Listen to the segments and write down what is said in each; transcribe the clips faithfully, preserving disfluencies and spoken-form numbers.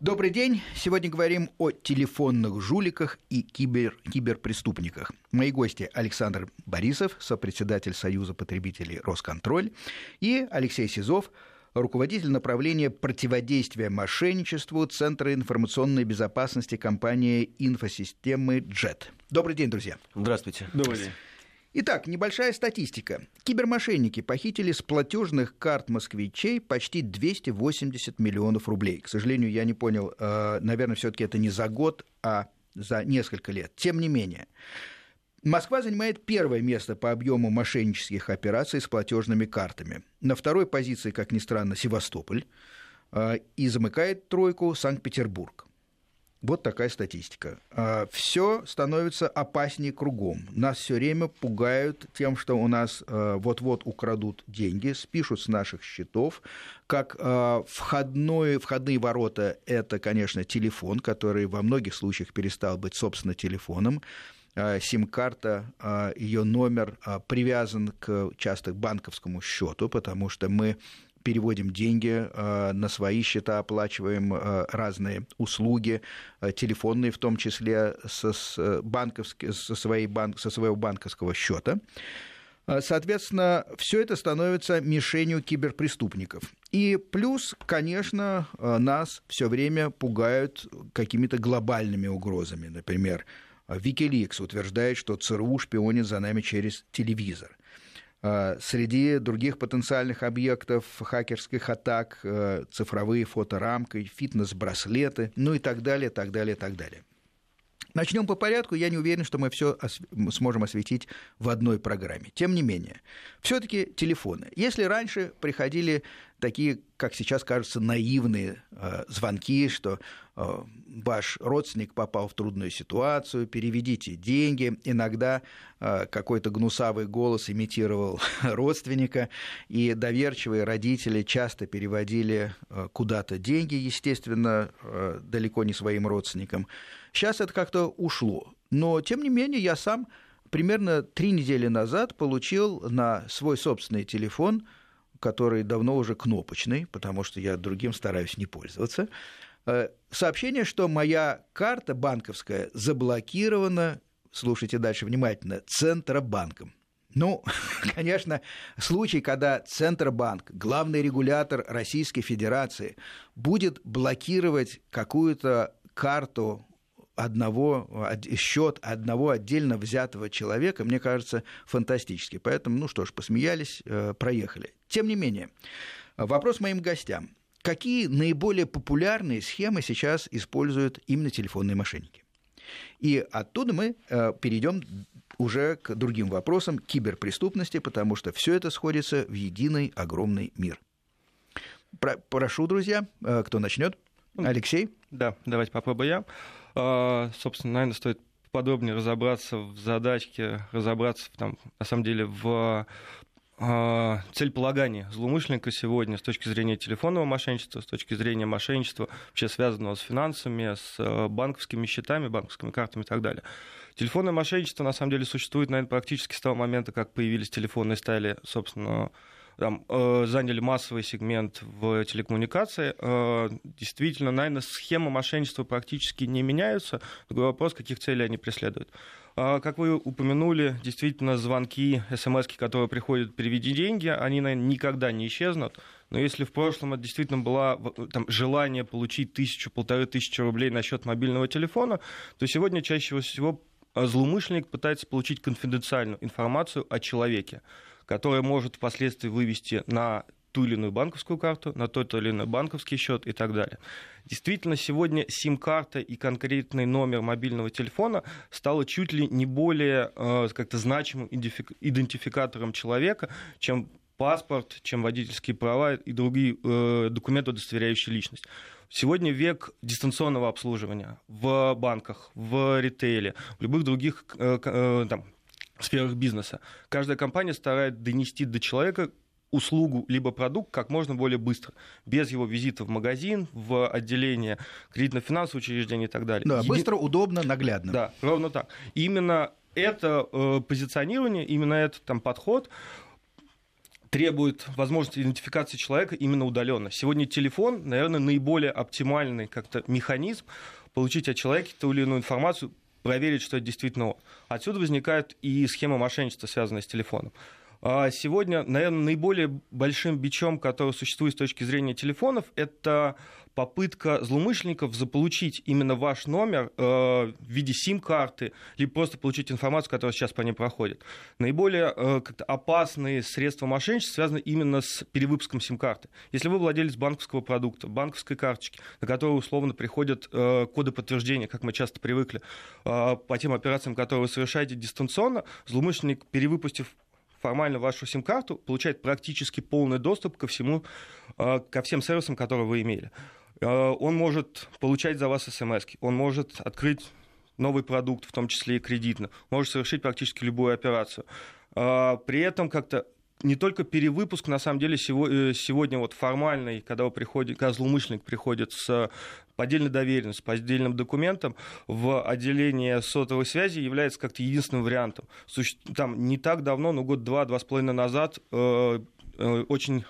Добрый день. Сегодня говорим о телефонных жуликах и кибер, киберпреступниках. Мои гости Александр Борисов, сопредседатель Союза потребителей Росконтроль, и Алексей Сизов, руководитель направления противодействия мошенничеству Центра информационной безопасности компании инфосистемы джет. Добрый день, друзья. Здравствуйте. Добрый день. Итак, небольшая статистика. Кибермошенники похитили с платежных карт москвичей почти двести восемьдесят миллионов рублей. К сожалению, я не понял, наверное, все-таки это не за год, а за несколько лет. Тем не менее, Москва занимает первое место по объему мошеннических операций с платежными картами. На второй позиции, как ни странно, Севастополь. И замыкает тройку Санкт-Петербург. Вот такая статистика. Все становится опаснее кругом. Нас все время пугают тем, что у нас вот-вот украдут деньги, спишут с наших счетов. Как входной, входные ворота – это, конечно, телефон, который во многих случаях перестал быть, собственно, телефоном. Сим-карта, ее номер привязан к, часто к банковскому счету, потому что мы переводим деньги на свои счета, оплачиваем разные услуги, телефонные в том числе, со, банковских, со, своей банк, со своего банковского счета. Соответственно, все это становится мишенью киберпреступников. И плюс, конечно, нас все время пугают какими-то глобальными угрозами. Например, Wikileaks утверждает, что ЦРУ шпионит за нами через телевизор. Среди других потенциальных объектов хакерских атак цифровые фоторамки, фитнес-браслеты, ну и так далее, так далее, так далее. Начнем по порядку. Я не уверен, что мы все сможем осветить в одной программе. Тем не менее, все-таки телефоны. Если раньше приходили такие, как сейчас кажется, наивные э, звонки, что э, ваш родственник попал в трудную ситуацию, переведите деньги. Иногда э, какой-то гнусавый голос имитировал родственника, и доверчивые родители часто переводили э, куда-то деньги, естественно, э, далеко не своим родственникам. Сейчас это как-то ушло. Но, тем не менее, я сам примерно три недели назад получил на свой собственный телефон, который давно уже кнопочный, потому что я другим стараюсь не пользоваться, сообщение, что моя карта банковская заблокирована, слушайте дальше внимательно, Центробанком. Ну, конечно, случай, когда Центробанк, главный регулятор Российской Федерации, будет блокировать какую-то карту одного, счет одного отдельно взятого человека, мне кажется, фантастически. Поэтому, ну что ж, посмеялись, проехали. Тем не менее, вопрос моим гостям. Какие наиболее популярные схемы сейчас используют именно телефонные мошенники? И оттуда мы перейдем уже к другим вопросам киберпреступности, потому что все это сходится в единый огромный мир. Прошу, друзья, кто начнет? Алексей? Да, давайте попробую я. Собственно, наверное, стоит подробнее разобраться в задачке, разобраться там, на самом деле в целеполагании злоумышленника сегодня с точки зрения телефонного мошенничества, с точки зрения мошенничества, вообще связанного с финансами, с банковскими счетами, банковскими картами и так далее. Телефонное мошенничество, на самом деле, существует, наверное, практически с того момента, как появились телефоны и стали, собственно, там, э, заняли массовый сегмент в телекоммуникации. Э, действительно, наверное, схемы мошенничества практически не меняются. Другой вопрос, каких целей они преследуют. Э, как вы упомянули, действительно, звонки, смс-ки, которые приходят, переведи деньги, они, наверное, никогда не исчезнут. Но если в прошлом это действительно было там, желание получить тысячу, полторы тысячи рублей на счет мобильного телефона, то сегодня чаще всего злоумышленник пытается получить конфиденциальную информацию о человеке, которая может впоследствии вывести на ту или иную банковскую карту, на тот или иной банковский счет и так далее. Действительно, сегодня сим-карта и конкретный номер мобильного телефона стало чуть ли не более э, как-то значимым идентификатором человека, чем паспорт, чем водительские права и другие э, документы, удостоверяющие личность. Сегодня век дистанционного обслуживания в банках, в ритейле, в любых других э, э, там, сферах бизнеса. Каждая компания старается донести до человека услугу либо продукт как можно более быстро, без его визита в магазин, в отделение кредитно-финансового учреждения и так далее. Да, Еди... быстро, удобно, наглядно. Да, ровно так. И именно это э, позиционирование, именно этот там, подход требует возможности идентификации человека именно удаленно. Сегодня телефон, наверное, наиболее оптимальный как-то механизм получить от человека ту или иную информацию, проверить, что это действительно он. Отсюда возникает и схема мошенничества, связанная с телефоном. Сегодня, наверное, наиболее большим бичом, который существует с точки зрения телефонов, это попытка злоумышленников заполучить именно ваш номер э, в виде сим-карты, либо просто получить информацию, которая сейчас по ней проходит. Наиболее э, как-то опасные средства мошенничества связаны именно с перевыпуском сим-карты. Если вы владелец банковского продукта, банковской карточки, на которую условно приходят э, коды подтверждения, как мы часто привыкли, э, по тем операциям, которые вы совершаете дистанционно, злоумышленник, перевыпустив формально вашу сим-карту, получает практически полный доступ ко всему, э, ко всем сервисам, которые вы имели. Он может получать за вас смс-ки, он может открыть новый продукт, в том числе и кредитно, может совершить практически любую операцию. При этом как-то не только перевыпуск, на самом деле, сегодня вот формальный, когда, вы приходите, когда злоумышленник приходит с поддельной доверенностью, по отдельным документам в отделение сотовой связи, является как-то единственным вариантом. Там не так давно, ну год-два, два с половиной назад, очень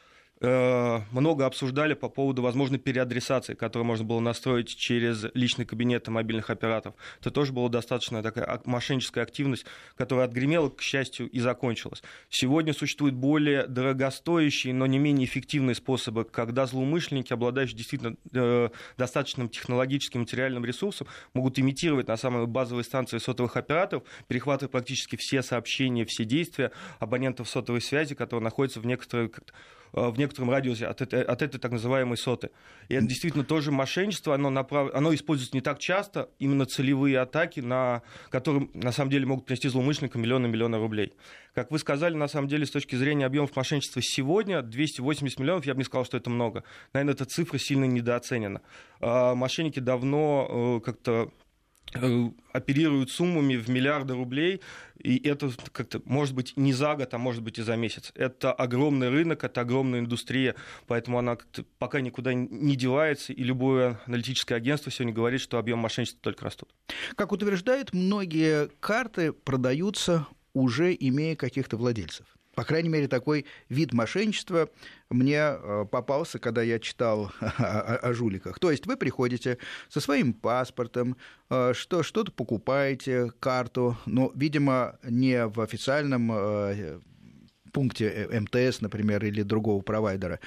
много обсуждали по поводу возможной переадресации, которую можно было настроить через личные кабинеты мобильных операторов. Это тоже была достаточно такая мошенническая активность, которая отгремела, к счастью, и закончилась. Сегодня существуют более дорогостоящие, но не менее эффективные способы, когда злоумышленники, обладающие действительно э, достаточным технологическим материальным ресурсом, могут имитировать на самые базовые станции сотовых операторов, перехватывая практически все сообщения, все действия абонентов сотовой связи, которые находятся в некоторых в некотором радиусе от этой, от этой так называемой соты. И это действительно тоже мошенничество, оно, направ... оно используется не так часто, именно целевые атаки, на... которые на самом деле могут принести злоумышленникам миллионы-миллионы рублей. Как вы сказали, на самом деле, с точки зрения объемов мошенничества сегодня, двести восемьдесят миллионов, я бы не сказал, что это много. Наверное, эта цифра сильно недооценена. Мошенники давно как-то оперируют суммами в миллиарды рублей, и это как-то может быть не за год, а может быть и за месяц. Это огромный рынок, это огромная индустрия, поэтому она как-то пока никуда не девается, и любое аналитическое агентство сегодня говорит, что объем мошенничества только растут. Как утверждают, многие карты продаются, уже имея каких-то владельцев. По крайней мере, такой вид мошенничества мне попался, когда я читал о, о жуликах. То есть вы приходите со своим паспортом, что, что-то покупаете, карту, но, видимо, не в официальном пункте эм тэ эс, например, или другого провайдера,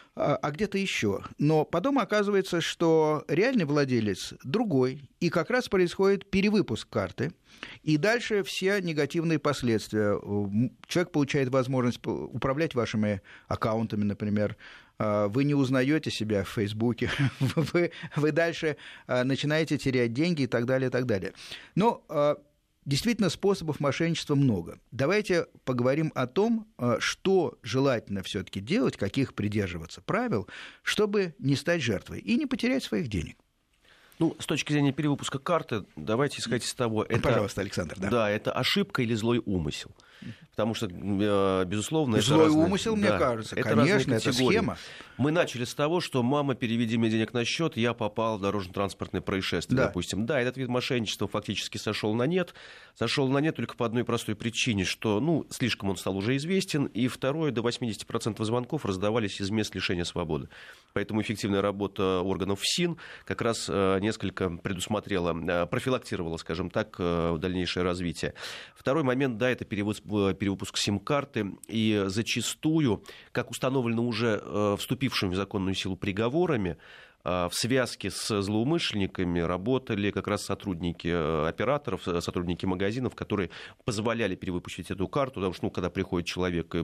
а где-то еще. Но потом оказывается, что реальный владелец другой, и как раз происходит перевыпуск карты, и дальше все негативные последствия. Человек получает возможность управлять вашими аккаунтами, например, вы не узнаете себя в Фейсбуке, вы, вы дальше начинаете терять деньги и так далее, и так далее. Но действительно, способов мошенничества много. Давайте поговорим о том, что желательно все-таки делать, каких придерживаться правил, чтобы не стать жертвой и не потерять своих денег. Ну, с точки зрения перевыпуска карты, давайте исходить из того, это, пожалуйста, Александр, да. Да, это ошибка или злой умысел. Потому что, безусловно, это злой разные, умысел, да, мне кажется, это конечно, это схема. Мы начали с того, что мама, переведи мне денег на счет, я попал в дорожно-транспортное происшествие, да. допустим. Да, этот вид мошенничества фактически сошел на нет. Сошел на нет только по одной простой причине, что, ну, слишком он стал уже известен, и второе, до восемьдесят процентов звонков раздавались из мест лишения свободы. Поэтому эффективная работа органов ФСИН как раз несколько предусмотрела, профилактировала, скажем так, дальнейшее развитие. Второй момент, да, это перевод, перевыпуск сим-карты, и зачастую, как установлено уже вступившими в законную силу приговорами, в связке с злоумышленниками работали как раз сотрудники операторов, сотрудники магазинов, которые позволяли перевыпустить эту карту, потому что, ну, когда приходит человек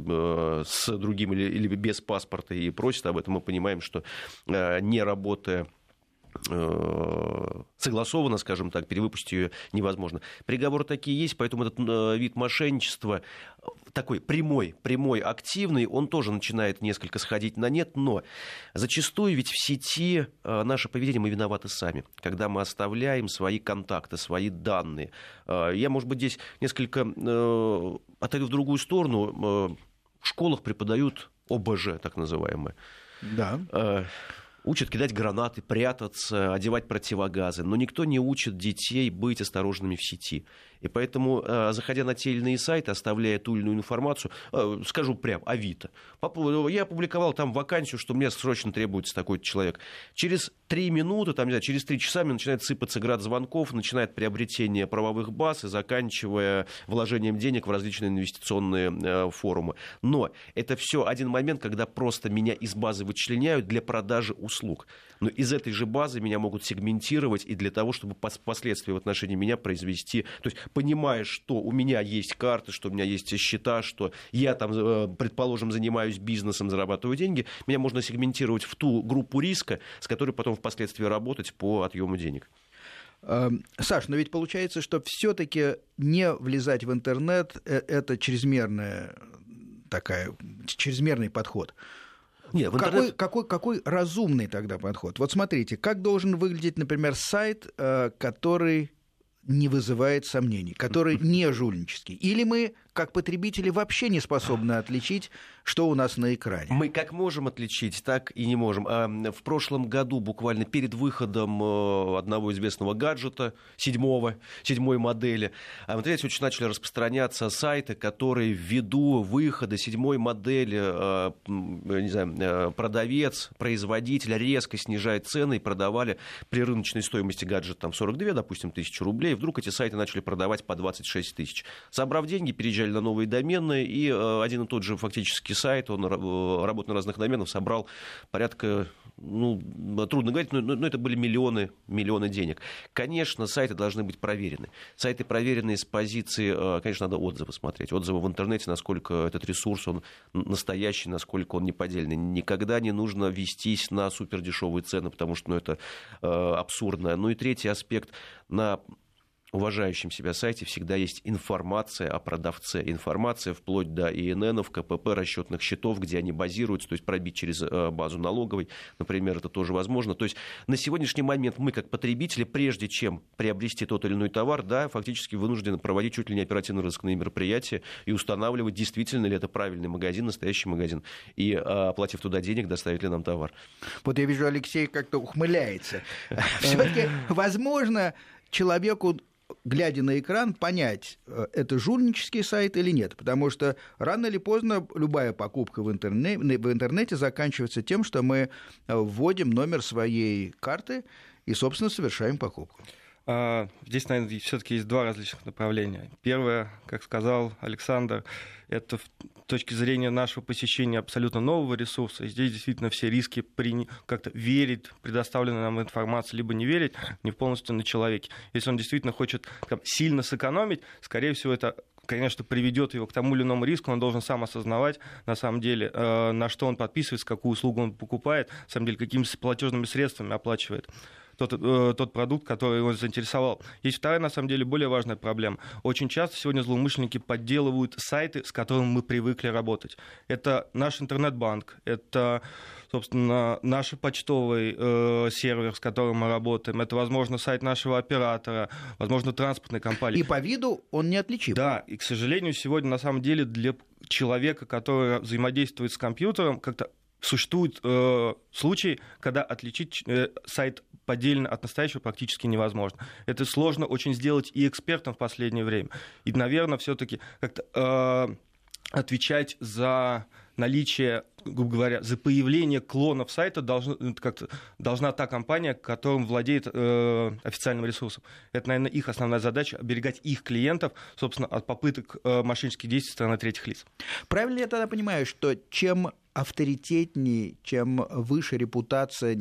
с другим или, или без паспорта и просит об этом, мы понимаем, что не работая согласованно, скажем так, перевыпустить ее невозможно. Приговоры такие есть, поэтому этот вид мошенничества такой прямой, прямой, активный, он тоже начинает несколько сходить на нет, но зачастую ведь в сети наше поведение мы виноваты сами, когда мы оставляем свои контакты, свои данные. Я, может быть, здесь несколько отойду в другую сторону. В школах преподают о бэ жэ, так называемое. Да. Учат кидать гранаты, прятаться, одевать противогазы. Но никто не учит детей быть осторожными в сети. И поэтому, заходя на те или иные сайты, оставляя ту или иную информацию, скажу прям, Авито. Я опубликовал там вакансию, что мне срочно требуется такой-то человек. Через три минуты, там, не знаю, через три часа мне начинает сыпаться град звонков, начинает приобретение правовых баз и заканчивая вложением денег в различные инвестиционные форумы. Но это все один момент, когда просто меня из базы вычленяют для продажи услуг. Но из этой же базы меня могут сегментировать и для того, чтобы впоследствии в отношении меня произвести... То есть, понимая, что у меня есть карты, что у меня есть счета, что я там, предположим, занимаюсь бизнесом, зарабатываю деньги, меня можно сегментировать в ту группу риска, с которой потом впоследствии работать по отъему денег. Саш, но ведь получается, что все-таки не влезать в интернет – это чрезмерная такая, чрезмерный подход. Нет, интернет... какой, какой, какой разумный тогда подход? Вот смотрите, как должен выглядеть, например, сайт, который не вызывает сомнений, который не жульнический? Или мы, как потребители, вообще не способны отличить, что у нас на экране? Мы как можем отличить, так и не можем. В прошлом году, буквально перед выходом одного известного гаджета, седьмого, седьмой модели, в интернете очень начали распространяться сайты, которые ввиду выхода седьмой модели, не знаю, продавец, производитель резко снижает цены и продавали при рыночной стоимости гаджета там, сорок две, допустим, тысячи рублей, и вдруг эти сайты начали продавать по двадцать шесть тысяч. Собрав деньги, переезжали на новые доменные, и один и тот же фактически сайт, он работает на разных доменах, собрал порядка, ну, трудно говорить, но, но это были миллионы, миллионы денег. Конечно, сайты должны быть проверены. Сайты проверенные с позиции, конечно, надо отзывы смотреть. Отзывы в интернете, насколько этот ресурс, он настоящий, насколько он не поддельный. Никогда не нужно вестись на супердешевые цены, потому что ну, это э, абсурдно. Ну и третий аспект, на уважающем себя сайте всегда есть информация о продавце. Информация вплоть до И Н Нов, К П П, расчетных счетов, где они базируются, то есть пробить через базу налоговой, например, это тоже возможно. То есть на сегодняшний момент мы, как потребители, прежде чем приобрести тот или иной товар, да, фактически вынуждены проводить чуть ли не оперативно-розыскные мероприятия и устанавливать, действительно ли это правильный магазин, настоящий магазин, и, оплатив туда денег, доставит ли нам товар. Вот я вижу, Алексей как-то ухмыляется. Все-таки, возможно, человеку, глядя на экран, понять, это жульнический сайт или нет. Потому что рано или поздно любая покупка в интернете, в интернете заканчивается тем, что мы вводим номер своей карты и, собственно, совершаем покупку. Здесь, наверное, все-таки есть два различных направления. Первое, как сказал Александр, это с точки зрения нашего посещения абсолютно нового ресурса. И здесь действительно все риски при... как-то верить предоставленной нам информации, либо не верить, не полностью на человеке. Если он действительно хочет там, сильно сэкономить, скорее всего, это, конечно, приведет его к тому или иному риску. Он должен сам осознавать, на самом деле, э, на что он подписывается, какую услугу он покупает, на самом деле, какими платежными средствами оплачивает Тот, э, тот продукт, который его заинтересовал. Есть вторая, на самом деле, более важная проблема. Очень часто сегодня злоумышленники подделывают сайты, с которыми мы привыкли работать. Это наш интернет-банк, это, собственно, наш почтовый э, сервер, с которым мы работаем, это, возможно, сайт нашего оператора, возможно, транспортной компании. И по виду он неотличим. Да, и, к сожалению, сегодня, на самом деле, для человека, который взаимодействует с компьютером, как-то существуют э, случаи, когда отличить э, сайт поддельно от настоящего практически невозможно. Это сложно очень сделать и экспертам в последнее время. И, наверное, все-таки как-то э, отвечать за наличие, грубо говоря, за появление клонов сайта должна, как-то, должна та компания, которым владеет э, официальным ресурсом. Это, наверное, их основная задача — оберегать их клиентов, собственно, от попыток э, мошеннических действий со стороны третьих лиц. Правильно ли я тогда понимаю, что чем авторитетнее, чем выше репутация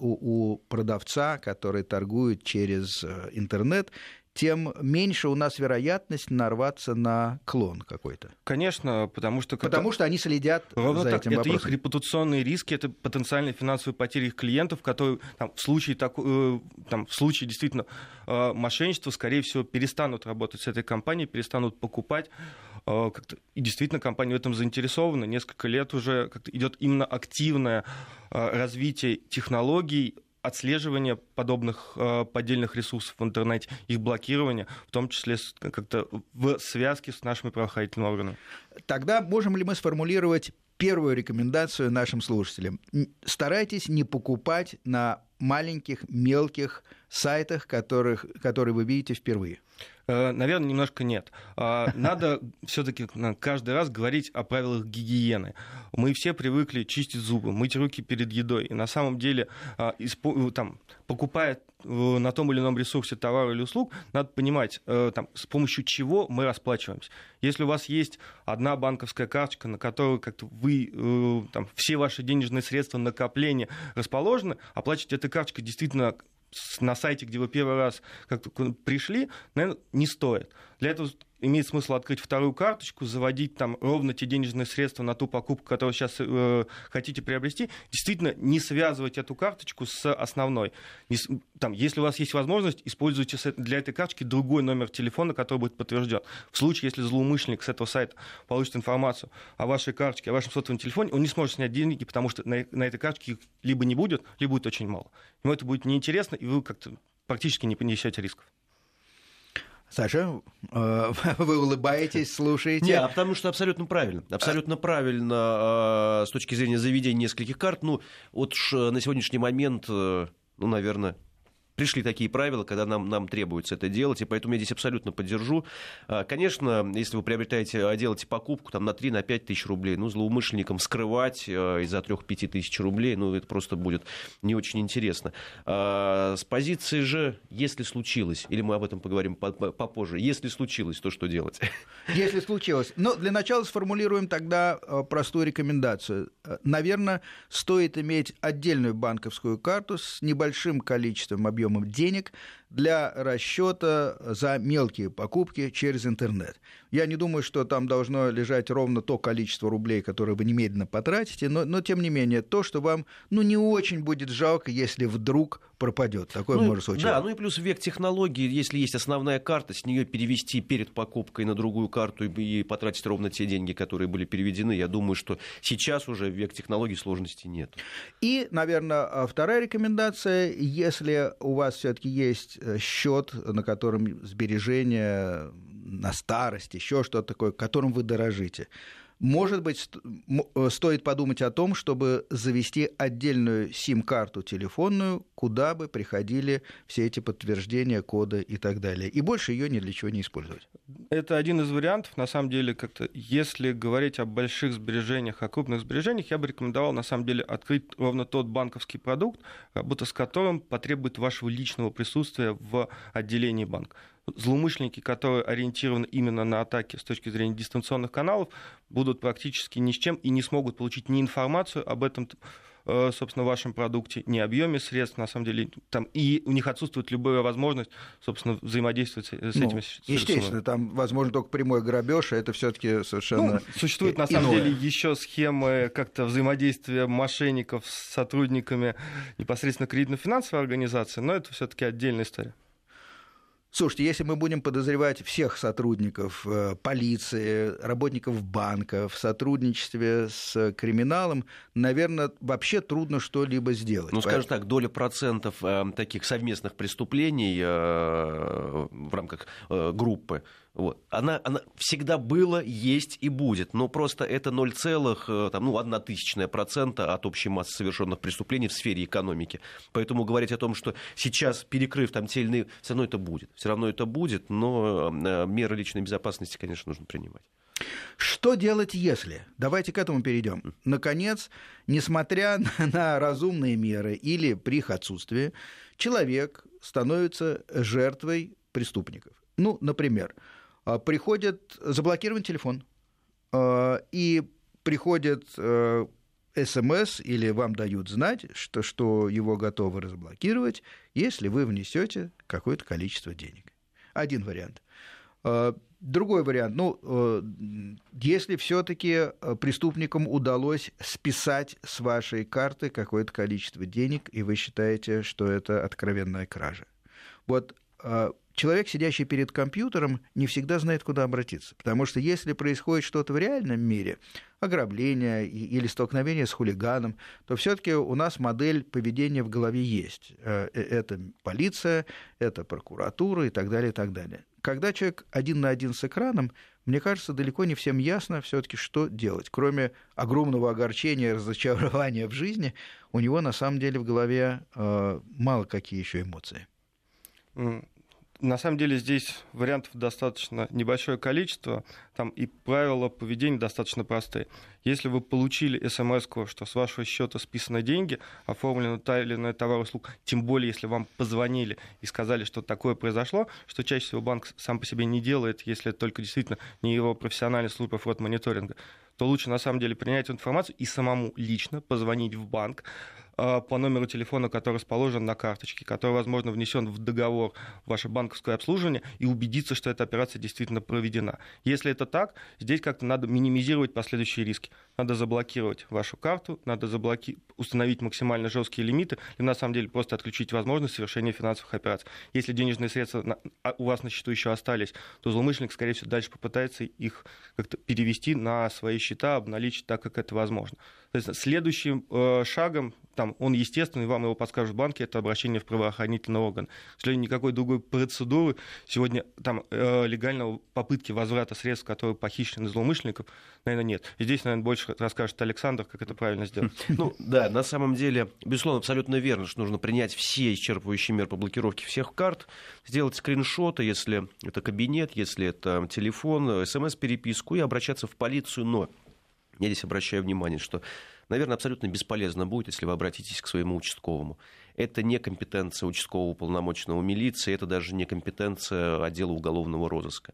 у продавца, который торгует через интернет, тем меньше у нас вероятность нарваться на клон какой-то? Конечно, потому что... Потому что они следят ровно за так, этим это вопросом. Это их репутационные риски, это потенциальные финансовые потери их клиентов, которые там, в, случае такой, там, в случае действительно мошенничества, скорее всего, перестанут работать с этой компанией, перестанут покупать. Как-то, и действительно, компания в этом заинтересована. Несколько лет уже идет именно активное развитие технологий, отслеживание подобных э, поддельных ресурсов в интернете, их блокирование, в том числе как-то в связке с нашими правоохранительными органами. Тогда можем ли мы сформулировать первую рекомендацию нашим слушателям. Старайтесь не покупать на маленьких, мелких сайтах, которых, которые вы видите впервые. Наверное, немножко нет. Надо все-таки каждый раз говорить о правилах гигиены. Мы все привыкли чистить зубы, мыть руки перед едой. И на самом деле, там, покупая на том или ином ресурсе товар или услуг, надо понимать, там, с помощью чего мы расплачиваемся. Если у вас есть одна банковская карточка, на которой как-то вы, там, все ваши денежные средства, накопления расположены, оплачивать этой карточкой действительно на сайте, где вы первый раз как-то пришли, наверное, не стоит. Для этого имеет смысл открыть вторую карточку, заводить там ровно те денежные средства на ту покупку, которую сейчас э, хотите приобрести. Действительно, не связывать эту карточку с основной. Не, там, если у вас есть возможность, используйте для этой карточки другой номер телефона, который будет подтвержден. В случае, если злоумышленник с этого сайта получит информацию о вашей карточке, о вашем сотовом телефоне, он не сможет снять деньги, потому что на, на этой карточке их либо не будет, либо будет очень мало. Ему это будет неинтересно, и вы как-то практически не понесете рисков. Саша, вы улыбаетесь, слушаете? Нет, а потому что абсолютно правильно. Абсолютно правильно с точки зрения заведения нескольких карт. Ну, вот на сегодняшний момент, ну, наверное, пришли такие правила, когда нам, нам требуется это делать, и поэтому я здесь абсолютно поддержу. Конечно, если вы приобретаете, делаете покупку там, на три-пять тысяч рублей, ну, злоумышленникам скрывать из-за трех-пяти тысяч рублей, ну, это просто будет не очень интересно. С позиции же, если случилось, или мы об этом поговорим попозже, если случилось, то что делать? Если случилось. Но для начала сформулируем тогда простую рекомендацию. Наверное, стоит иметь отдельную банковскую карту с небольшим количеством объемов денег для расчета за мелкие покупки через интернет. Я не думаю, что там должно лежать ровно то количество рублей, которое вы немедленно потратите, но, но тем не менее, то, что вам ну, не очень будет жалко, если вдруг пропадет. Такое ну, может случиться. Да, ну и плюс век технологий, если есть основная карта, с нее перевести перед покупкой на другую карту и, и потратить ровно те деньги, которые были переведены, я думаю, что сейчас уже век технологий сложностей нет. И, наверное, вторая рекомендация, если у вас все-таки есть счет, на котором сбережения на старость, еще что-то такое, которым вы дорожите, может быть, стоит подумать о том, чтобы завести отдельную сим-карту телефонную, куда бы приходили все эти подтверждения, коды и так далее. И больше ее ни для чего не использовать. Это один из вариантов. На самом деле, как-то, если говорить о больших сбережениях, о крупных сбережениях, я бы рекомендовал, на самом деле, открыть ровно тот банковский продукт, работа с которым потребует вашего личного присутствия в отделении банка. Злоумышленники, которые ориентированы именно на атаки с точки зрения дистанционных каналов, будут практически ни с чем и не смогут получить ни информацию об этом, собственно, вашем продукте, ни объеме средств, на самом деле, там, и у них отсутствует любая возможность, собственно, взаимодействовать с этими. Ну, естественно, там, возможно, только прямой грабеж, а это все-таки совершенно. Ну, существуют, на самом деле, еще схемы как-то взаимодействия мошенников с сотрудниками непосредственно кредитно-финансовой организации, но это все-таки отдельная история. Слушайте, если мы будем подозревать всех сотрудников полиции, работников банка в сотрудничестве с криминалом, наверное, вообще трудно что-либо сделать. Ну, скажем так, доля процентов таких совместных преступлений в рамках группы, вот, она, она всегда была, есть и будет, но просто это ноль целых одна тысячная процента от общей массы совершенных преступлений в сфере экономики. Поэтому говорить о том, что сейчас, перекрыв там те или иные, все равно это будет. Все равно это будет, но меры личной безопасности, конечно, нужно принимать. Что делать, если? Давайте к этому перейдем. Наконец, несмотря на разумные меры или при их отсутствии, человек становится жертвой преступников. Ну, например, приходит заблокирован телефон, и приходит СМС или вам дают знать, что, что его готовы разблокировать, если вы внесете какое-то количество денег. Один вариант. Другой вариант. Ну, если все-таки преступникам удалось списать с вашей карты какое-то количество денег, и вы считаете, что это откровенная кража. Вот человек, сидящий перед компьютером, не всегда знает, куда обратиться. Потому что если происходит что-то в реальном мире, ограбление или столкновение с хулиганом, то все-таки у нас модель поведения в голове есть. Это полиция, это прокуратура и так далее, и так далее. Когда человек один на один с экраном, мне кажется, далеко не всем ясно все-таки, что делать. Кроме огромного огорчения, разочарования в жизни, у него на самом деле в голове э, мало какие еще эмоции. На самом деле здесь вариантов достаточно небольшое количество, там и правила поведения достаточно простые. Если вы получили смс-ку, что с вашего счета списаны деньги, оформлена та или иная товар услуг, тем более если вам позвонили и сказали, что такое произошло, что чаще всего банк сам по себе не делает, если это только действительно не его профессиональная служба фрод-мониторинга, то лучше на самом деле принять информацию и самому лично позвонить в банк по номеру телефона, который расположен на карточке, который, возможно, внесен в договор в ваше банковское обслуживание, и убедиться, что эта операция действительно проведена. Если это так, здесь как-то надо минимизировать последующие риски. Надо заблокировать вашу карту, надо заблоки... установить максимально жесткие лимиты, и на самом деле просто отключить возможность совершения финансовых операций. Если денежные средства на... у вас на счету еще остались, то злоумышленник, скорее всего, дальше попытается их как-то перевести на свои счета, обналичить так, как это возможно. То есть следующим э, шагом, там, он естественный, вам его подскажут в банке, это обращение в правоохранительный орган. К сожалению, никакой другой процедуры сегодня там, э, легального попытки возврата средств, которые похищены злоумышленников, наверное, нет. И здесь, наверное, больше расскажет Александр, как это правильно сделать. Ну, да, на самом деле, безусловно, абсолютно верно, что нужно принять все исчерпывающие меры по блокировке всех карт, сделать скриншоты, если это кабинет, если это телефон, смс-переписку и обращаться в полицию, но я здесь обращаю внимание, что, наверное, абсолютно бесполезно будет, если вы обратитесь к своему участковому. Это не компетенция участкового уполномоченного милиции, это даже не компетенция отдела уголовного розыска.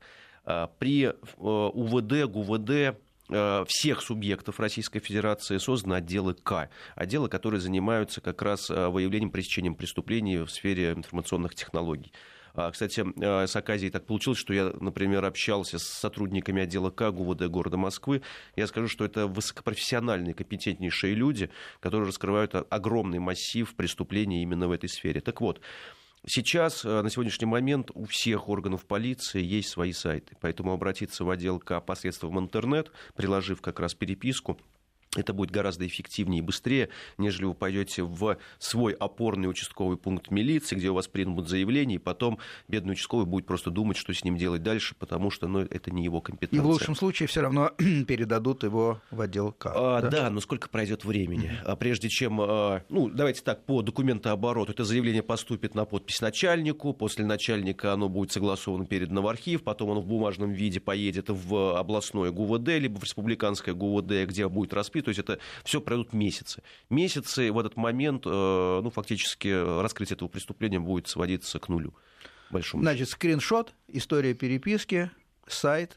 При УВД, ГУВД всех субъектов Российской Федерации созданы отделы К, отделы, которые занимаются как раз выявлением, пресечением преступлений в сфере информационных технологий. Кстати, с оказией так получилось, что я, например, общался с сотрудниками отдела К ГУВД города Москвы. Я скажу, что это высокопрофессиональные, компетентнейшие люди, которые раскрывают огромный массив преступлений именно в этой сфере. Так вот, сейчас, на сегодняшний момент, у всех органов полиции есть свои сайты. Поэтому обратиться в отдел К посредством интернет, приложив как раз переписку, это будет гораздо эффективнее и быстрее, нежели вы пойдете в свой опорный участковый пункт милиции, где у вас примут заявление, и потом бедный участковый будет просто думать, что с ним делать дальше, потому что ну, это не его компетенция. И в лучшем случае все равно передадут его в отдел К. А, да? да, но сколько пройдет времени? А прежде чем, ну, давайте так, по документообороту, это заявление поступит на подпись начальнику, после начальника оно будет согласовано передано в архив, потом оно в бумажном виде поедет в областное ГУВД, либо в республиканское ГУВД, где будет распит. То есть это все пройдут месяцы. Месяцы в этот момент, ну, фактически, раскрытие этого преступления будет сводиться к нулю. Большому. Значит, скриншот, история переписки, сайт.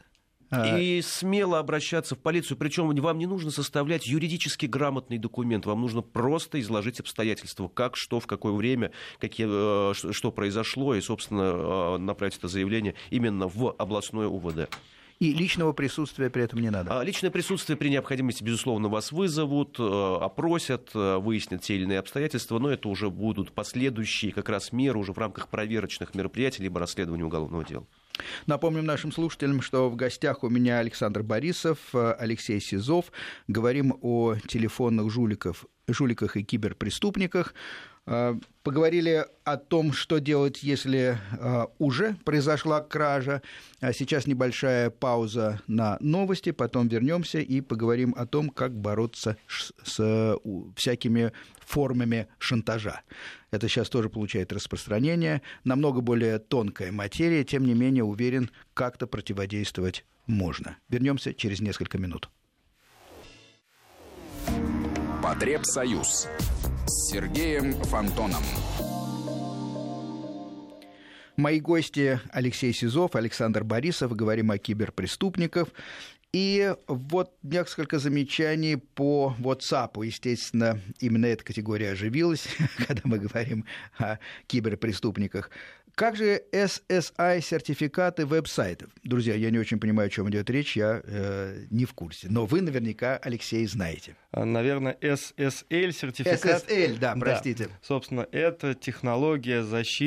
И смело обращаться в полицию. Причем вам не нужно составлять юридически грамотный документ. Вам нужно просто изложить обстоятельства, как, что, в какое время, какие, что произошло, и, собственно, направить это заявление именно в областное УВД. И личного присутствия при этом не надо? Личное присутствие при необходимости, безусловно, вас вызовут, опросят, выяснят те или иные обстоятельства, но это уже будут последующие как раз меры уже в рамках проверочных мероприятий либо расследования уголовного дела. Напомним нашим слушателям, что в гостях у меня Александр Борисов, Алексей Сизов. Говорим о телефонных жуликов, жуликах и киберпреступниках. Поговорили о том, что делать, если уже произошла кража. Сейчас небольшая пауза на новости, потом вернемся и поговорим о том, как бороться с всякими формами шантажа. Это сейчас тоже получает распространение. Намного более тонкая материя, тем не менее, уверен, как-то противодействовать можно. Вернемся через несколько минут. Потребсоюз с Сергеем Фонтоном. Мои гости Алексей Сизов, Александр Борисов. Говорим о киберпреступниках. И вот несколько замечаний по WhatsApp. Естественно, именно эта категория оживилась, когда мы говорим о киберпреступниках. Как же эс эс ай-сертификаты веб-сайтов? Друзья, я не очень понимаю, о чем идет речь, я э, не в курсе. Но вы наверняка, Алексей, знаете. Наверное, эс эс эль-сертификат. эс эс эль, да, простите. Да. Собственно, это технология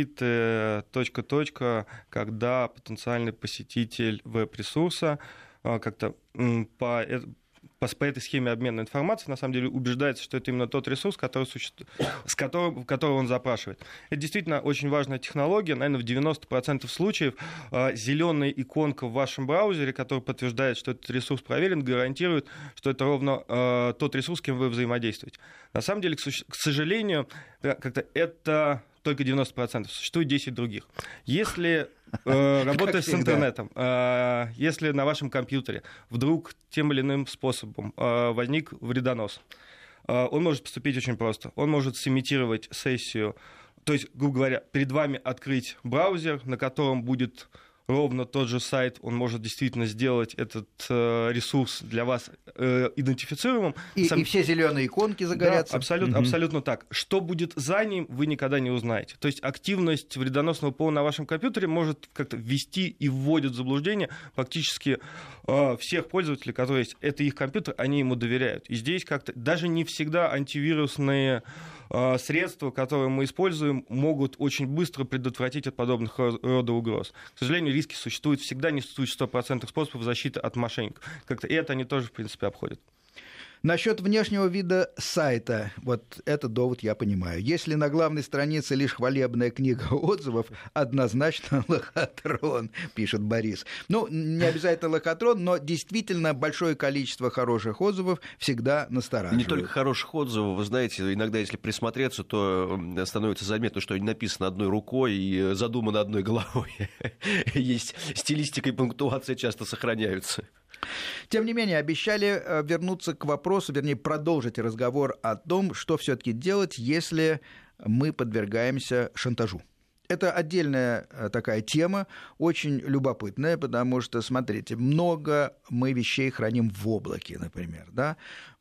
защиты точка-точка, когда потенциальный посетитель веб-ресурса как-то по... По, по этой схеме обмена информацией, на самом деле, убеждается, что это именно тот ресурс, который существует, с которым, которого он запрашивает. Это действительно очень важная технология. Наверное, в девяносто процентов случаев э, зеленая иконка в вашем браузере, которая подтверждает, что этот ресурс проверен, гарантирует, что это ровно э, тот ресурс, с кем вы взаимодействуете. На самом деле, к, к сожалению, как-то это только девяносто процентов. Существует десять других. Если э, работая с интернетом, э, если на вашем компьютере вдруг тем или иным способом э, возник вредонос, э, он может поступить очень просто. Он может сымитировать сессию, то есть, грубо говоря, перед вами открыть браузер, на котором будет ровно тот же сайт, он может действительно сделать этот э, ресурс для вас э, идентифицируемым. И, Сам... и все зеленые иконки загорятся. Да, абсолютно, угу. абсолютно так. Что будет за ним, вы никогда не узнаете. То есть активность вредоносного ПО на вашем компьютере может как-то ввести и вводит в заблуждение практически э, всех пользователей, которые есть. Это их компьютер, они ему доверяют. И здесь как-то даже не всегда антивирусные э, средства, которые мы используем, могут очень быстро предотвратить от подобных рода угроз. К сожалению, риски существуют всегда, не существует сто процентов способов защиты от мошенников. Как-то и это они тоже, в принципе, обходят. Насчет внешнего вида сайта, вот этот довод я понимаю. Если на главной странице лишь хвалебная книга отзывов, однозначно лохотрон, пишет Борис. Ну, не обязательно лохотрон, но действительно большое количество хороших отзывов всегда настораживает. Не только хороших отзывов, вы знаете, иногда, если присмотреться, то становится заметно, что написано одной рукой и задумано одной головой. Есть стилистика и пунктуация часто сохраняются. Тем не менее, обещали вернуться к вопросу, вернее, продолжить разговор о том, что все-таки делать, если мы подвергаемся шантажу. Это отдельная такая тема, очень любопытная, потому что, смотрите, много мы вещей храним в облаке, например, да,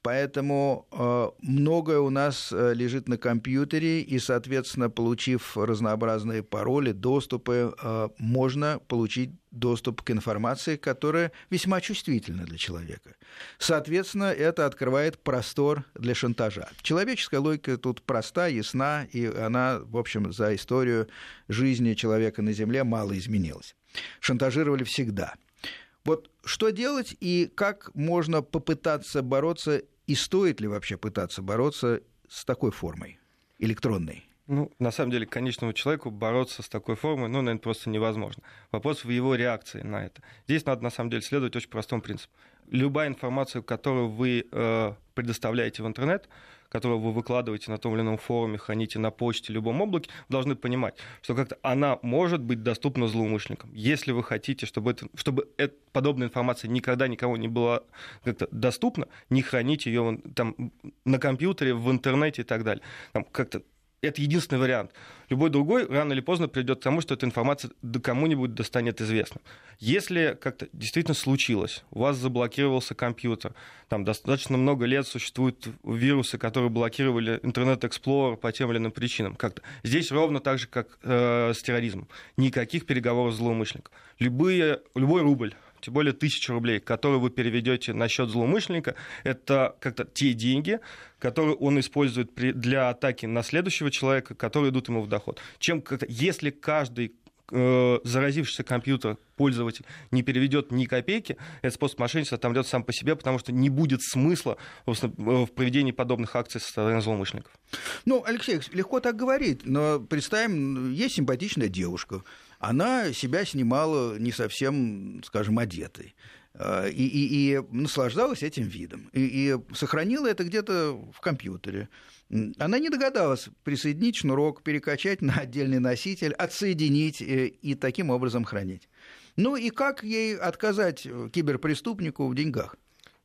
поэтому э, многое у нас лежит на компьютере, и, соответственно, получив разнообразные пароли, доступы, э, можно получить доступ к информации, которая весьма чувствительна для человека. Соответственно, это открывает простор для шантажа. Человеческая логика тут проста, ясна, и она, в общем, за историю жизни человека на Земле мало изменилась. Шантажировали всегда. Вот что делать и как можно попытаться бороться, и стоит ли вообще пытаться бороться с такой формой электронной? Ну, на самом деле, конечному человеку бороться с такой формой, ну, наверное, просто невозможно. Вопрос в его реакции на это. Здесь надо, на самом деле, следовать очень простому принципу. Любая информация, которую вы э, предоставляете в интернет, которую вы выкладываете на том или ином форуме, храните на почте, в любом облаке, должны понимать, что как-то она может быть доступна злоумышленникам. Если вы хотите, чтобы, это, чтобы это, подобная информация никогда никому не была как-то доступна, не храните ее там, на компьютере, в интернете и так далее. Там, как-то это единственный вариант. Любой другой рано или поздно придет к тому, что эта информация кому-нибудь достанет известна. Если как-то действительно случилось, у вас заблокировался компьютер, там достаточно много лет существуют вирусы, которые блокировали Internet Explorer по тем или иным причинам. Как-то. Здесь ровно так же, как э, с терроризмом. Никаких переговоров с злоумышленником. Любые, любой рубль, тем более тысяча рублей, которые вы переведете на счет злоумышленника, это как-то те деньги, которые он использует при, для атаки на следующего человека, которые идут ему в доход. Чем, если каждый э, заразившийся компьютер пользователь не переведет ни копейки, этот способ мошенничества отомрет сам по себе, потому что не будет смысла в проведении подобных акций со стороны злоумышленников. Ну, Алексей, легко так говорить, но представим, есть симпатичная девушка, она себя снимала не совсем, скажем, одетой. И, и, и наслаждалась этим видом. И, и сохранила это где-то в компьютере. Она не догадалась присоединить шнурок, перекачать на отдельный носитель, отсоединить и, и таким образом хранить. Ну и как ей отказать киберпреступнику в деньгах?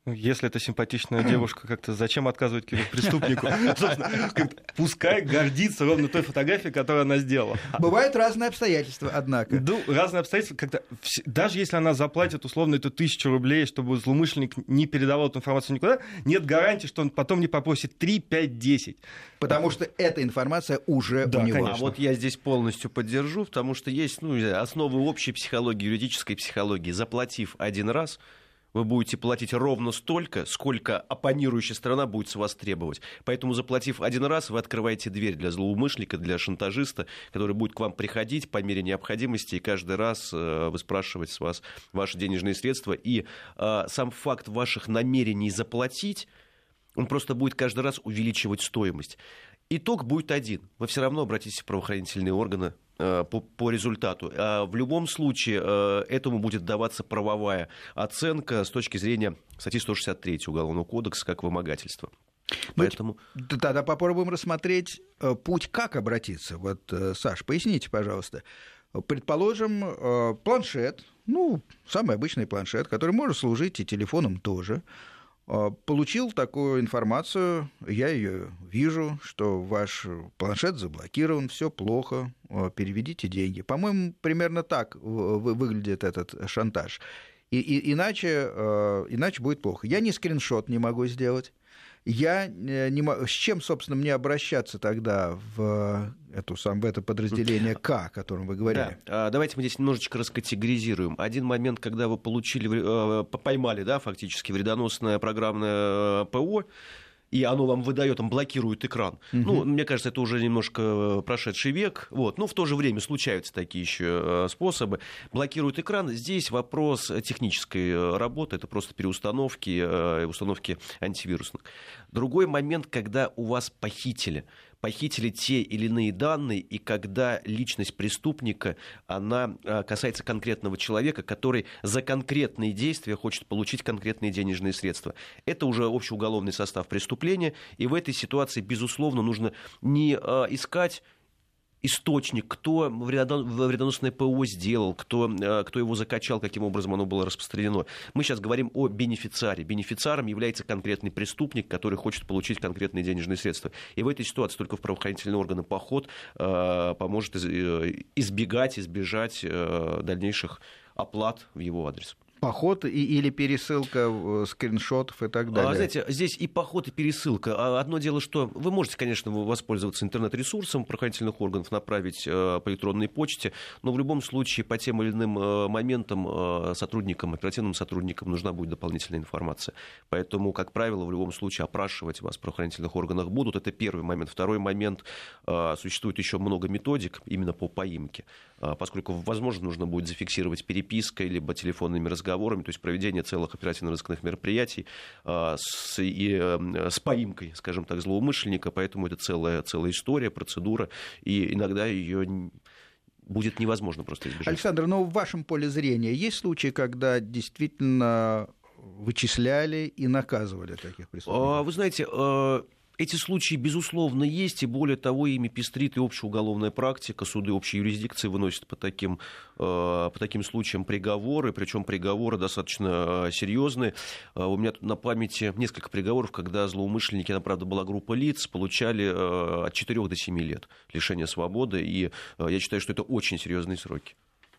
Если это симпатичная девушка, как-то зачем отказывать киберпреступнику? Пускай гордится ровно той фотографией, которую она сделала. Бывают разные обстоятельства, однако. Ну, разные обстоятельства. Как-то, даже если она заплатит условно эту тысячу рублей, чтобы злоумышленник не передавал эту информацию никуда, нет гарантии, что он потом не попросит три, пять, десять. Потому что эта информация уже да, у него. А вот я здесь полностью поддержу, потому что есть ну, основы общей психологии, юридической психологии. Заплатив один раз, вы будете платить ровно столько, сколько оппонирующая сторона будет с вас требовать. Поэтому, заплатив один раз, вы открываете дверь для злоумышленника, для шантажиста, который будет к вам приходить по мере необходимости и каждый раз э, выспрашивать с вас ваши денежные средства. И э, сам факт ваших намерений заплатить, он просто будет каждый раз увеличивать стоимость. Итог будет один. Вы все равно обратитесь в правоохранительные органы э, по, по результату. А в любом случае э, этому будет даваться правовая оценка с точки зрения статьи сто шестьдесят три Уголовного кодекса как вымогательство. Поэтому... Ну, тогда попробуем рассмотреть э, путь, как обратиться. Вот, э, Саш, поясните, пожалуйста. Предположим, э, планшет, ну, самый обычный планшет, который может служить и телефоном тоже. Получил такую информацию, я ее вижу, что ваш планшет заблокирован, все плохо, переведите деньги. По-моему, примерно так выглядит этот шантаж. И, и, иначе, иначе будет плохо. Я ни скриншот не могу сделать. Я не могу... С чем, собственно, мне обращаться тогда в, эту, сам, в это подразделение К, о котором вы говорили? Да. Давайте мы здесь немножечко раскатегоризируем. Один момент, когда вы получили, поймали, да, фактически вредоносное программное ПО, и оно вам выдает, там, блокирует экран. Угу. Ну, мне кажется, это уже немножко прошедший век. Вот. Но в то же время случаются такие еще способы. Блокирует экран. Здесь вопрос технической работы. Это просто переустановки, установки антивирусных. Другой момент, когда у вас похитили. Похитили те или иные данные, и когда личность преступника, она касается конкретного человека, который за конкретные действия хочет получить конкретные денежные средства. Это уже общеуголовный состав преступления, и в этой ситуации, безусловно, нужно не искать источник, кто вредоносное ПО сделал, кто, кто его закачал, каким образом оно было распространено. Мы сейчас говорим о бенефициаре. Бенефициаром является конкретный преступник, который хочет получить конкретные денежные средства. И в этой ситуации только в правоохранительные органы поход э, поможет избегать, избежать э, дальнейших оплат в его адрес. Поход и, или пересылка скриншотов и так далее. А, знаете, здесь и поход, и пересылка. Одно дело, что вы можете, конечно, воспользоваться интернет-ресурсом правоохранительных органов, направить по электронной почте, но в любом случае по тем или иным моментам сотрудникам, оперативным сотрудникам нужна будет дополнительная информация. Поэтому, как правило, в любом случае опрашивать вас в правоохранительных органах будут. Это первый момент. Второй момент. Существует еще много методик именно по поимке, поскольку, возможно, нужно будет зафиксировать перепиской, либо телефонными разговорами, то есть проведение целых оперативно-розыскных мероприятий э, с, и, э, с поимкой, скажем так, злоумышленника, поэтому это целая, целая история, процедура, и иногда ее будет невозможно просто избежать. Александр, но в вашем поле зрения есть случаи, когда действительно вычисляли и наказывали таких преступников? Вы знаете... Эти случаи, безусловно, есть, и более того, ими пестрит и общеуголовная практика. Суды общей юрисдикции выносят по таким, по таким случаям приговоры, причем приговоры достаточно серьезные. У меня тут на памяти несколько приговоров, когда злоумышленники, она, правда, была группа лиц, получали от четырёх до семи лет лишения свободы, и я считаю, что это очень серьезные сроки.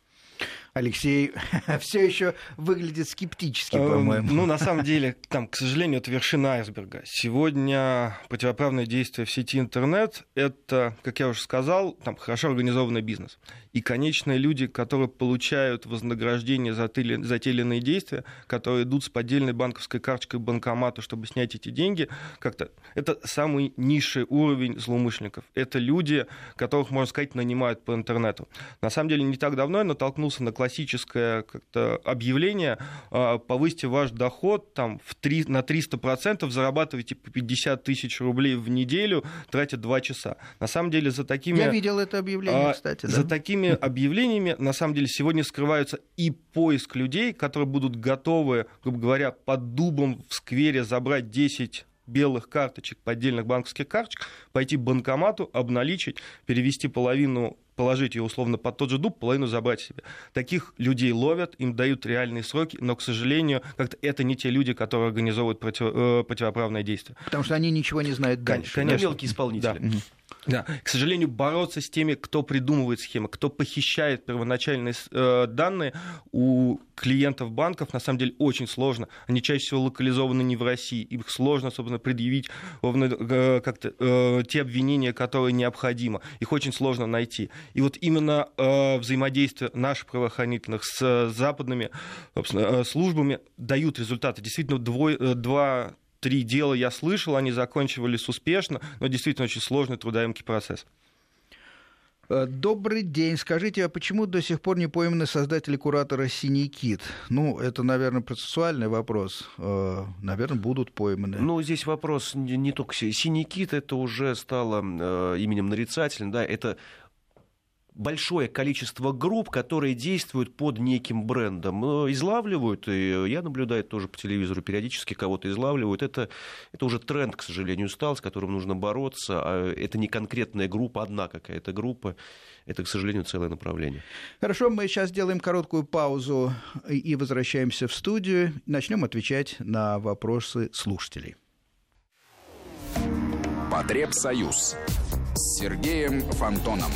Алексей все еще выглядит скептически, по-моему. Ну, на самом деле, там, к сожалению, это вершина айсберга. Сегодня противоправные действия в сети интернет — это, как я уже сказал, там, хорошо организованный бизнес. И конечные люди, которые получают вознаграждение за те или иные действия, которые идут с поддельной банковской карточкой банкомата, чтобы снять эти деньги, как-то это самый низший уровень злоумышленников. Это люди, которых, можно сказать, нанимают по интернету. На самом деле, не так давно я натолкнулся на классическое как-то объявление: повысьте ваш доход там, в три, на триста процентов, зарабатывайте по пятьдесят тысяч рублей в неделю, тратя два часа. На самом деле за такими... Я видел это объявление, кстати. За да? такими объявлениями на самом деле сегодня скрываются и поиск людей, которые будут готовы, грубо говоря, под дубом в сквере забрать десять белых карточек, поддельных банковских карточек, пойти к банкомату, обналичить, перевести половину, положить ее условно под тот же дуб, половину забрать себе. Таких людей ловят, им дают реальные сроки, но, к сожалению, как-то это не те люди, которые организовывают против, э, противоправное действие. Потому что они ничего не знают дальше. Конечно. Да, мелкие исполнители. Да. Да. К сожалению, бороться с теми, кто придумывает схемы, кто похищает первоначальные э, данные у клиентов банков, на самом деле очень сложно. Они чаще всего локализованы не в России. Их сложно, собственно, предъявить э, как-то, э, те обвинения, которые необходимо. Их очень сложно найти. И вот именно э, взаимодействие наших правоохранительных с э, западными э, службами дают результаты. Действительно, двое, э, два... Три дела я слышал, они заканчивались успешно, но действительно очень сложный трудоемкий процесс. Добрый день. Скажите, а почему до сих пор не пойманы создатели куратора «Синий кит»? Ну, это, наверное, процессуальный вопрос. Наверное, будут пойманы. Ну, здесь вопрос не только «Синий кит», это уже стало именем нарицательным, да, это большое количество групп, которые действуют под неким брендом. Излавливают, и я наблюдаю тоже по телевизору, периодически кого-то излавливают. Это, это уже тренд, к сожалению, стал, с которым нужно бороться. А это не конкретная группа, одна какая-то группа. Это, к сожалению, целое направление. Хорошо, мы сейчас делаем короткую паузу и возвращаемся в студию. Начнем отвечать на вопросы слушателей. Потребсоюз с Сергеем Фонтоном.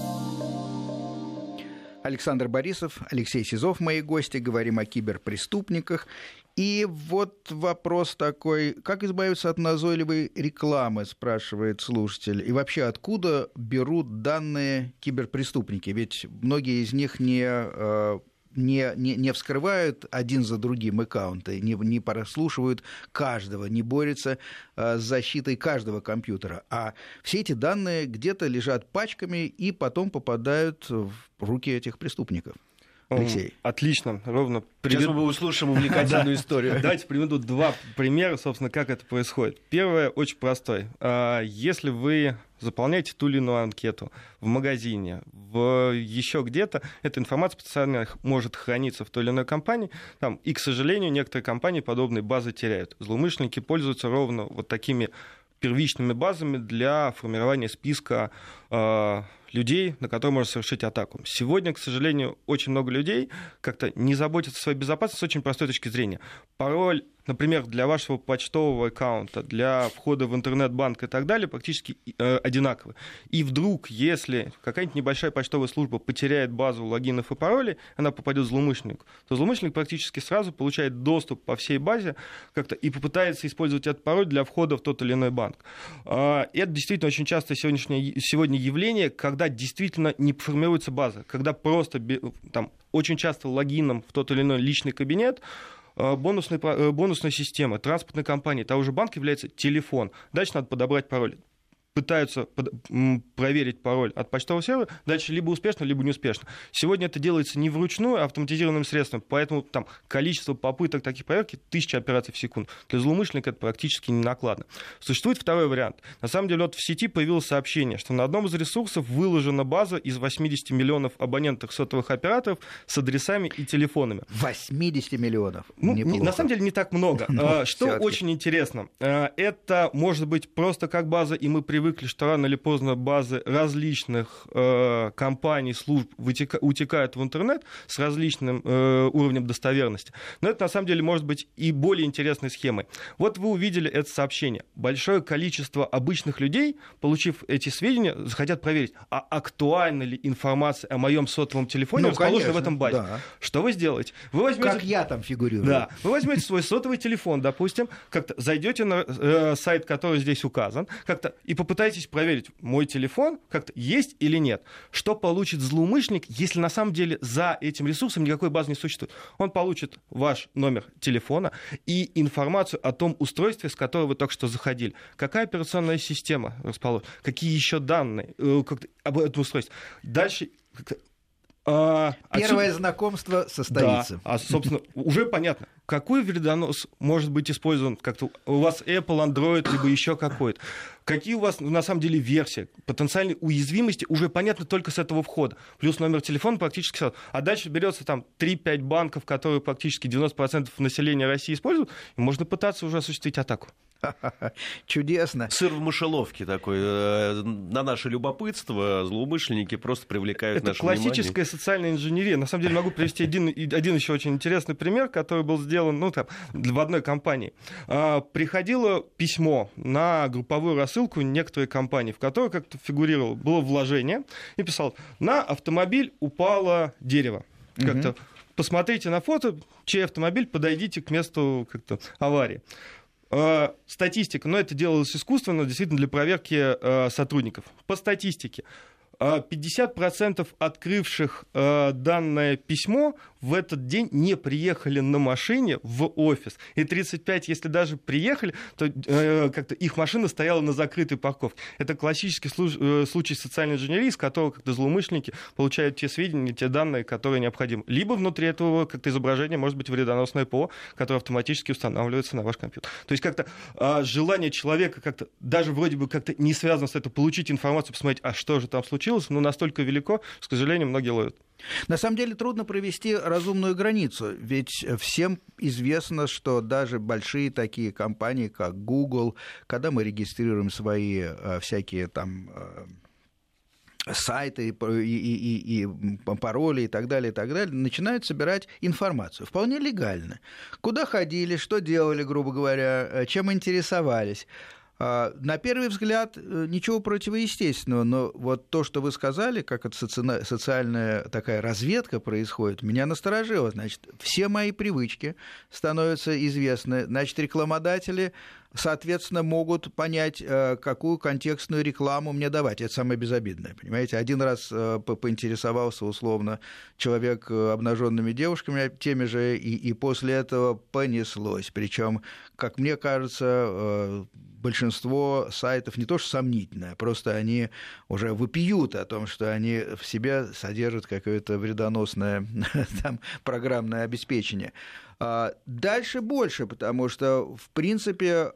Александр Борисов, Алексей Сизов, мои гости. Говорим о киберпреступниках. И вот вопрос такой: как избавиться от назойливой рекламы, спрашивает слушатель. И вообще, откуда берут данные киберпреступники? Ведь многие из них не... Не, не, не вскрывают один за другим аккаунты, не, не прослушивают каждого, не борются а, с защитой каждого компьютера. А все эти данные где-то лежат пачками и потом попадают в руки этих преступников. Алексей. Отлично, ровно. Сейчас мы услышим увлекательную историю. Давайте приведу два примера, собственно, как это происходит. Первое очень простое. Если вы заполняете ту или иную анкету в магазине, в еще где-то, эта информация постоянно может храниться в той или иной компании, там, и, к сожалению, некоторые компании подобные базы теряют. Злоумышленники пользуются ровно вот такими первичными базами для формирования списка э, людей, на которые можно совершить атаку. Сегодня, к сожалению, очень много людей как-то не заботятся о своей безопасности с очень простой точки зрения. Пароль, например, для вашего почтового аккаунта, для входа в интернет-банк и так далее, практически э, одинаковы. И вдруг, если какая-нибудь небольшая почтовая служба потеряет базу логинов и паролей, она попадет злоумышленнику, то злоумышленник практически сразу получает доступ по всей базе как-то и попытается использовать этот пароль для входа в тот или иной банк. Э, это действительно очень частое сегодняшнее, сегодня явление, когда действительно не формируется база, когда просто там, очень часто логином в тот или иной личный кабинет бонусной, бонусной системы, транспортной компании, того же банка является телефон. Дальше надо подобрать пароль. Пытаются под, м, проверить пароль от почтового сервера, дальше либо успешно, либо неуспешно. Сегодня это делается не вручную, а автоматизированным средством, поэтому там количество попыток таких проверки тысячи операций в секунду. Для злоумышленника это практически не накладно. Существует второй вариант. На самом деле вот в сети появилось сообщение, что на одном из ресурсов выложена база из восемьдесят миллионов абонентов сотовых операторов с адресами и телефонами. восемьдесят миллионов? Ну, не, на самом деле не так много. Что очень интересно, это может быть просто как база, и мы привыкли, что рано или поздно базы различных э, компаний, служб вытека, утекают в интернет с различным э, уровнем достоверности. Но это на самом деле может быть и более интересной схемой. Вот вы увидели это сообщение. Большое количество обычных людей, получив эти сведения, захотят проверить, а актуальна ли информация о моем сотовом телефоне, ну, расположена конечно, в этом базе. Да. Что вы сделаете? Вы возьмете... Как я там фигурирую. Да. Вы возьмете свой сотовый телефон, допустим, как-то зайдете на э, сайт, который здесь указан, как-то и попытаетесь проверить, мой телефон как-то есть или нет. Что получит злоумышленник, если на самом деле за этим ресурсом никакой базы не существует? Он получит ваш номер телефона и информацию о том устройстве, с которого вы только что заходили. Какая операционная система расположена? Какие еще данные э, об этом устройстве? Дальше... А, Первое отсюда... знакомство состоится. Да, а, собственно, уже понятно, какой вредонос может быть использован. Как-то у вас Apple, Android, либо еще какой-то. Какие у вас, на самом деле, версии, потенциальной уязвимости, уже понятно только с этого входа. Плюс номер телефона практически сразу. А дальше берется там три-пять банков, которые практически девяносто процентов населения России используют, и можно пытаться уже осуществить атаку. Чудесно. Сыр в мышеловке такой. На наше любопытство злоумышленники просто привлекают наше внимание. Это классическая социальная инженерия. На самом деле могу привести один, один еще очень интересный пример, который был сделан ну, там, в одной компании. Приходило письмо на групповую рассылку некоторой компании, в которой как-то фигурировало, было вложение, и писал, на автомобиль упало дерево. Как-то посмотрите на фото, чей автомобиль, подойдите к месту как-то аварии. Статистика, но это делалось искусственно, действительно, для проверки сотрудников. По статистике, пятьдесят процентов открывших данное письмо в этот день не приехали на машине в офис. И тридцать пять, если даже приехали, то э, как-то их машина стояла на закрытой парковке. Это классический слу- случай социальной инженерии, с которого как-то злоумышленники получают те сведения, те данные, которые необходимы. Либо внутри этого как-то изображения может быть вредоносное ПО, которое автоматически устанавливается на ваш компьютер. То есть как-то э, желание человека как-то, даже вроде бы как-то не связано с этим, получить информацию, посмотреть, а что же там случилось, но настолько велико, что, к сожалению, многие ловят. На самом деле трудно провести разумную границу, ведь всем известно, что даже большие такие компании, как Google, когда мы регистрируем свои э, всякие там э, сайты и, и, и, и пароли и так далее, и так далее, начинают собирать информацию, вполне легально. Куда ходили, что делали, грубо говоря, чем интересовались. На первый взгляд, ничего противоестественного, но вот то, что вы сказали, как это социальная такая разведка происходит, меня насторожило. Значит, все мои привычки становятся известны. Значит, рекламодатели, соответственно, могут понять, какую контекстную рекламу мне давать. Это самое безобидное, понимаете? Один раз поинтересовался условно человек обнаженными девушками, теми же, и, и после этого понеслось. Причем, как мне кажется, большинство сайтов не то что сомнительное, просто они уже вопиют о том, что они в себе содержат какое-то вредоносное там, программное обеспечение. Дальше больше, потому что, в принципе,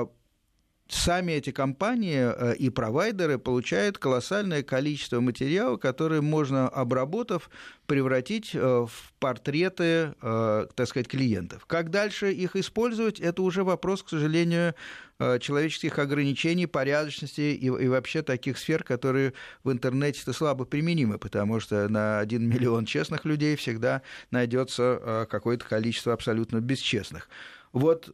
сами эти компании и провайдеры получают колоссальное количество материала, которые можно, обработав, превратить в портреты, так сказать, клиентов. Как дальше их использовать, это уже вопрос, к сожалению, человеческих ограничений, порядочности и, и вообще таких сфер, которые в интернете-то слабо применимы, потому что на один миллион честных людей всегда найдется какое-то количество абсолютно бесчестных. Вот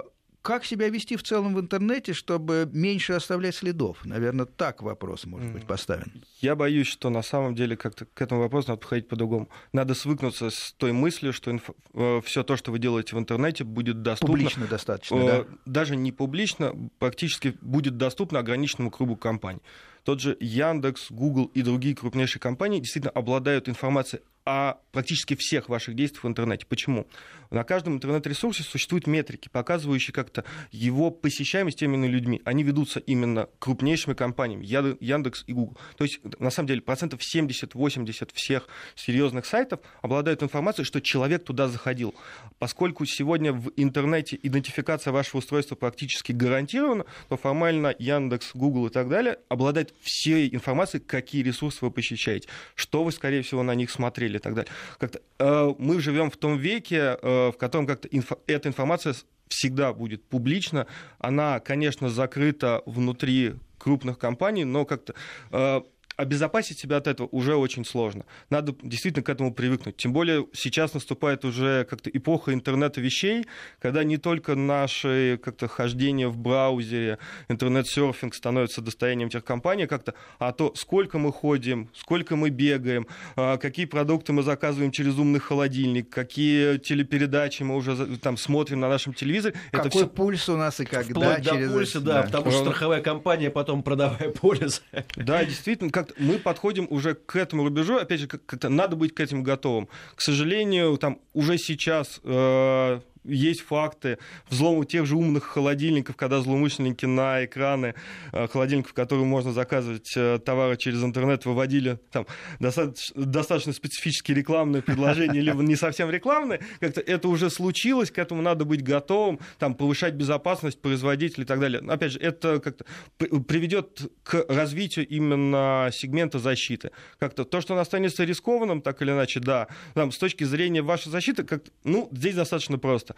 как себя вести в целом в интернете, чтобы меньше оставлять следов? Наверное, так вопрос может быть поставлен. Я боюсь, что на самом деле как-то к этому вопросу надо подходить по-другому. Надо свыкнуться с той мыслью, что инф... все то, что вы делаете в интернете, будет доступно. Публично достаточно, да? Даже не публично, практически будет доступно ограниченному кругу компаний. Тот же Яндекс, Google и другие крупнейшие компании действительно обладают информацией о практически всех ваших действиях в интернете. Почему? На каждом интернет-ресурсе существуют метрики, показывающие как-то его посещаемость теми людьми. Они ведутся именно крупнейшими компаниями, Яндекс и Google. То есть, на самом деле, процентов семьдесят-восемьдесят всех серьезных сайтов обладают информацией, что человек туда заходил. Поскольку сегодня в интернете идентификация вашего устройства практически гарантирована, то формально Яндекс, Google и так далее обладают всей информацией, какие ресурсы вы посещаете, что вы, скорее всего, на них смотрели и так далее. Как-то, э, мы живем в том веке, э, в котором как-то инфо- эта информация всегда будет публична. Она, конечно, закрыта внутри крупных компаний, но как-то э, обезопасить себя от этого уже очень сложно. Надо действительно к этому привыкнуть. Тем более сейчас наступает уже как-то эпоха интернета вещей, когда не только наши как-то хождения в браузере, интернет-серфинг становится достоянием тех компаний, как-то, а то, сколько мы ходим, сколько мы бегаем, какие продукты мы заказываем через умный холодильник, какие телепередачи мы уже там смотрим на нашем телевизоре. Какой это все... пульс у нас и когда. Вплоть через... до пульса, да, да, потому что страховая компания потом, продавая полис. Да, действительно, как мы подходим уже к этому рубежу, опять же, как-то надо быть к этому готовым. К сожалению, там уже сейчас э, есть факты взлома тех же умных холодильников, когда злоумышленники на экраны э, холодильников, которые можно заказывать э, товары через интернет, выводили там достаточно, достаточно специфические рекламные предложения, либо не совсем рекламные. Как-то это уже случилось, к этому надо быть готовым, там, повышать безопасность производителей и так далее. Но, опять же, это как-то приведет к развитию именно сегмента защиты. Как-то то, что он останется рискованным, так или иначе, да. Там, с точки зрения вашей защиты, как ну, здесь достаточно просто.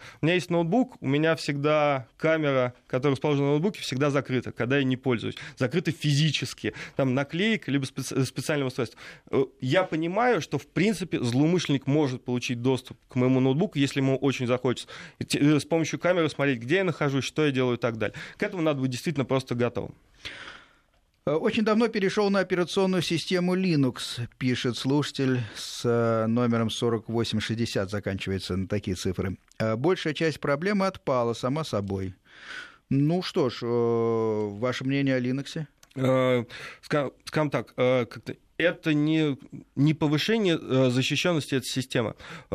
У меня есть ноутбук, у меня всегда камера, которая расположена на ноутбуке, всегда закрыта, когда я не пользуюсь. Закрыта физически. Там наклейка, либо специ- специальное устройство. Я понимаю, что, в принципе, злоумышленник может получить доступ к моему ноутбуку, если ему очень захочется. С помощью камеры смотреть, где я нахожусь, что я делаю и так далее. К этому надо быть действительно просто готовым. Очень давно перешел на операционную систему Linux, пишет слушатель с номером сорок восемь шестьдесят, заканчивается на такие цифры. Большая часть проблемы отпала сама собой. Ну что ж, ваше мнение о Linux? Скажем так, как-то это не, не повышение защищенности этой системы.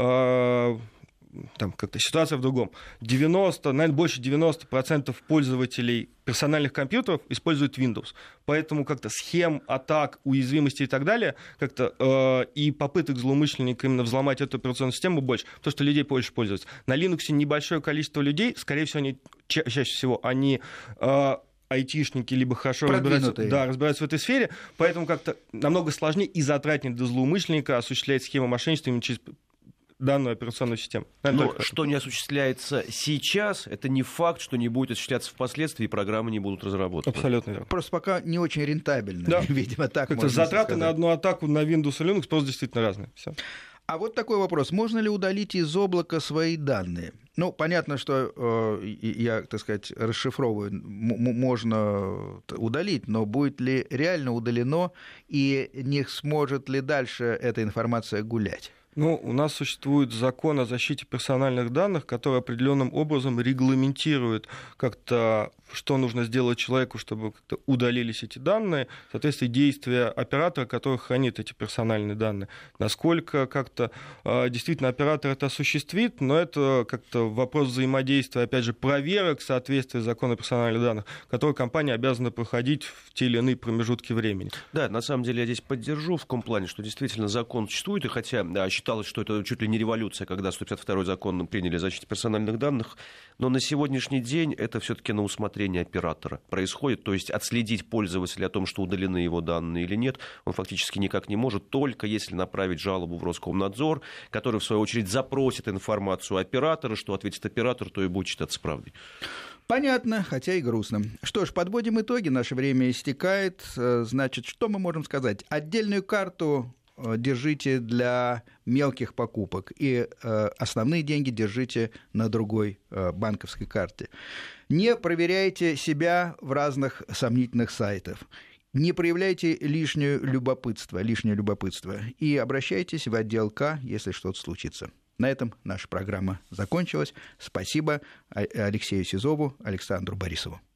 Там как-то ситуация в другом. девяносто, наверное, больше девяносто процентов пользователей персональных компьютеров используют Windows. Поэтому как-то схем, атак, уязвимостей и так далее, как-то, э, и попыток злоумышленника именно взломать эту операционную систему больше, потому что людей больше пользуются. На Linux небольшое количество людей, скорее всего, они, ча- чаще всего они... Э, айтишники, либо хорошо разбираются, да, разбираются в этой сфере, поэтому как-то намного сложнее и затратнее для злоумышленника осуществлять схему мошенничества именно через данную операционную систему. Но что не осуществляется сейчас, это не факт, что не будет осуществляться впоследствии, и программы не будут разработаны. Абсолютно верно. Просто пока не очень рентабельно, да. видимо, так можно сказать. Затраты на одну атаку на Windows и Linux просто действительно разные. Всё. А вот такой вопрос. Можно ли удалить из облака свои данные? Ну, понятно, что э, я, так сказать, расшифровываю, м- можно удалить, но будет ли реально удалено, и не сможет ли дальше эта информация гулять? Ну, у нас существует закон о защите персональных данных, который определенным образом регламентирует как-то, что нужно сделать человеку, чтобы как-то удалились эти данные, соответственно, действия оператора, который хранит эти персональные данные. Насколько как-то э, действительно оператор это осуществит, но это как-то вопрос взаимодействия, опять же, проверок соответствия закону о персональных данных, который компания обязана проходить в те или иные промежутки времени. Да, на самом деле я здесь поддержу в том плане, что действительно закон существует, и хотя да, считалось, что это чуть ли не революция, когда сто пятьдесят второй закон приняли о защите персональных данных, но на сегодняшний день это все-таки на усмотрение оператора происходит, то есть отследить пользователя о том, что удалены его данные или нет, он фактически никак не может, только если направить жалобу в Роскомнадзор, который, в свою очередь, запросит информацию оператора, что ответит оператор, то и будет считаться правдой. Понятно, хотя и грустно. Что ж, подводим итоги, наше время истекает. Значит, что мы можем сказать? Отдельную карту держите для мелких покупок, и э, основные деньги держите на другой э, банковской карте. Не проверяйте себя в разных сомнительных сайтах. Не проявляйте лишнее любопытство, лишнее любопытство и обращайтесь в отдел К, если что-то случится. На этом наша программа закончилась. Спасибо Алексею Сизову, Александру Борисову.